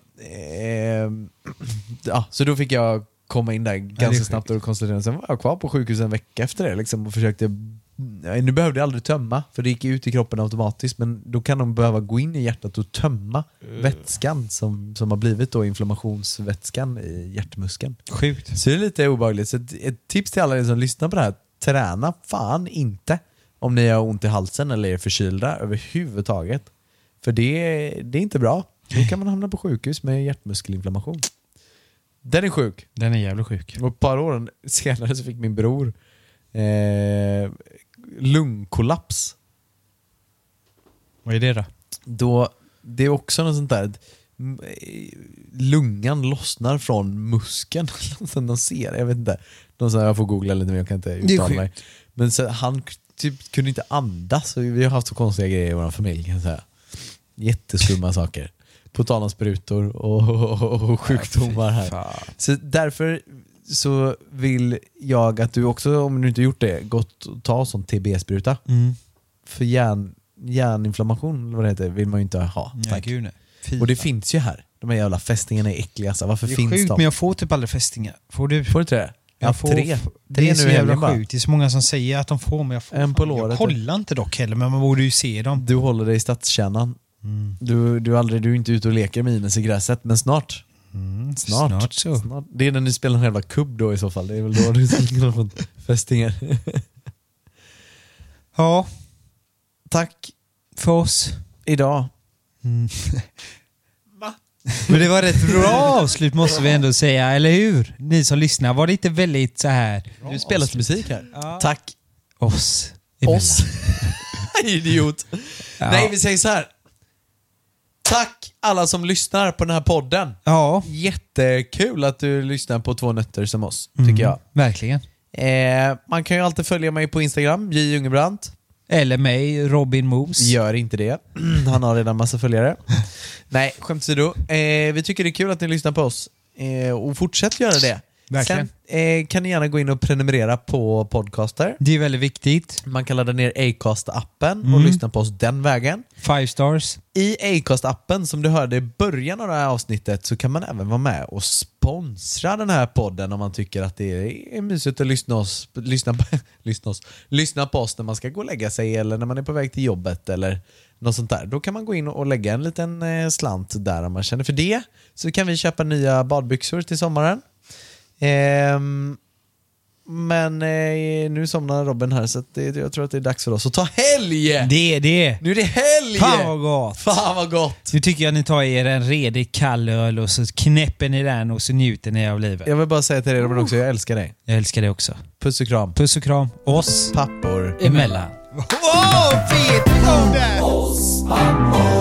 så då fick jag komma in där ganska snabbt och konstatera. Sen var jag kvar på sjukhuset en vecka efter det liksom, och försökte. Nu behövde jag aldrig tömma, för det gick ut i kroppen automatiskt, men då kan de behöva gå in i hjärtat och tömma vätskan som har blivit då inflammationsvätskan i hjärtmuskeln. Sjukt. Så det är lite obehagligt. Så ett tips till alla er som lyssnar på det här: träna fan inte om ni har ont i halsen eller är förkylda överhuvudtaget. För det är inte bra. Då kan man hamna på sjukhus med hjärtmuskelinflammation. Den är sjuk. Den är jävligt sjuk. Och ett par år senare så fick min bror lungkollaps. Vad är det då? Det är också något sånt där. Lungan lossnar från muskeln. Som de ser, jag vet inte. De sa jag får googla lite, men jag kan inte uttala mig. Men så, han typ kunde inte andas. Vi har haft så konstiga grejer i vår familj, kan jag säga. Jätteskumma saker. På tal om sprutor och sjukdomar här. Så därför så vill jag att du också, om du inte gjort det, gått och ta sån TB-spruta. För hjärninflammation, vad det heter, vill man ju inte ha. Och det finns ju här. De här jävla fästingarna är äckliga. Så varför finns sjukt, de? Men jag får typ aldrig fästingar. Får du? Får du inte det? Jag får tre. Det är så jävla sjukt. Det är så många som säger att de får, men jag får en på låret. Jag kollar inte dock heller, men man borde ju se dem. Du håller dig i stadskärnan. Du är inte ute och leker med Ines i gräset, men snart. Snart. Det är när ni spelar en jävla kubb då i så fall. Det är väl då du ska få fästingar. Ja. Tack för oss idag. Men det var rätt bra avslut, måste vi ändå säga, eller hur? Ni som lyssnar, var det inte väldigt så här? Du spelar musik här. Ja. Tack. Oss. Idiot. Ja. Nej, vi säger så här. Tack alla som lyssnar på den här podden. Ja. Jättekul att du lyssnar på 2 nötter som oss, tycker jag. Verkligen. Man kan ju alltid följa mig på Instagram, J. Jungebrandt. Eller mig, Robin Moos. Gör inte det. Han har redan massa följare. Nej, skämt åsido. Vi tycker det är kul att ni lyssnar på oss. Och fortsätt göra det. Verkligen. Sen kan ni gärna gå in och prenumerera på podcaster. Det är väldigt viktigt. Man kan ladda ner Acast-appen och lyssna på oss den vägen. 5 stars. I Acast-appen, som du hörde i början av det här avsnittet, så kan man även vara med och sponsra den här podden om man tycker att det är mysigt att lyssna på oss när man ska gå och lägga sig eller när man är på väg till jobbet eller något sånt där. Då kan man gå in och lägga en liten slant där om man känner för det. Så kan vi köpa nya badbyxor till sommaren. Men nu somnar Robin här, så att jag tror att det är dags för oss att ta helg. Det är det. Nu är det helg. Fan vad gott. Nu tycker jag att ni tar er en redig kall öl och så knäpper ni den och så njuter ni av livet. Jag vill bara säga till dig, Robin, också, jag älskar dig. Jag älskar dig också. Puss och kram. Puss och kram. Oss pappor emellan. Fint! Oss pappor.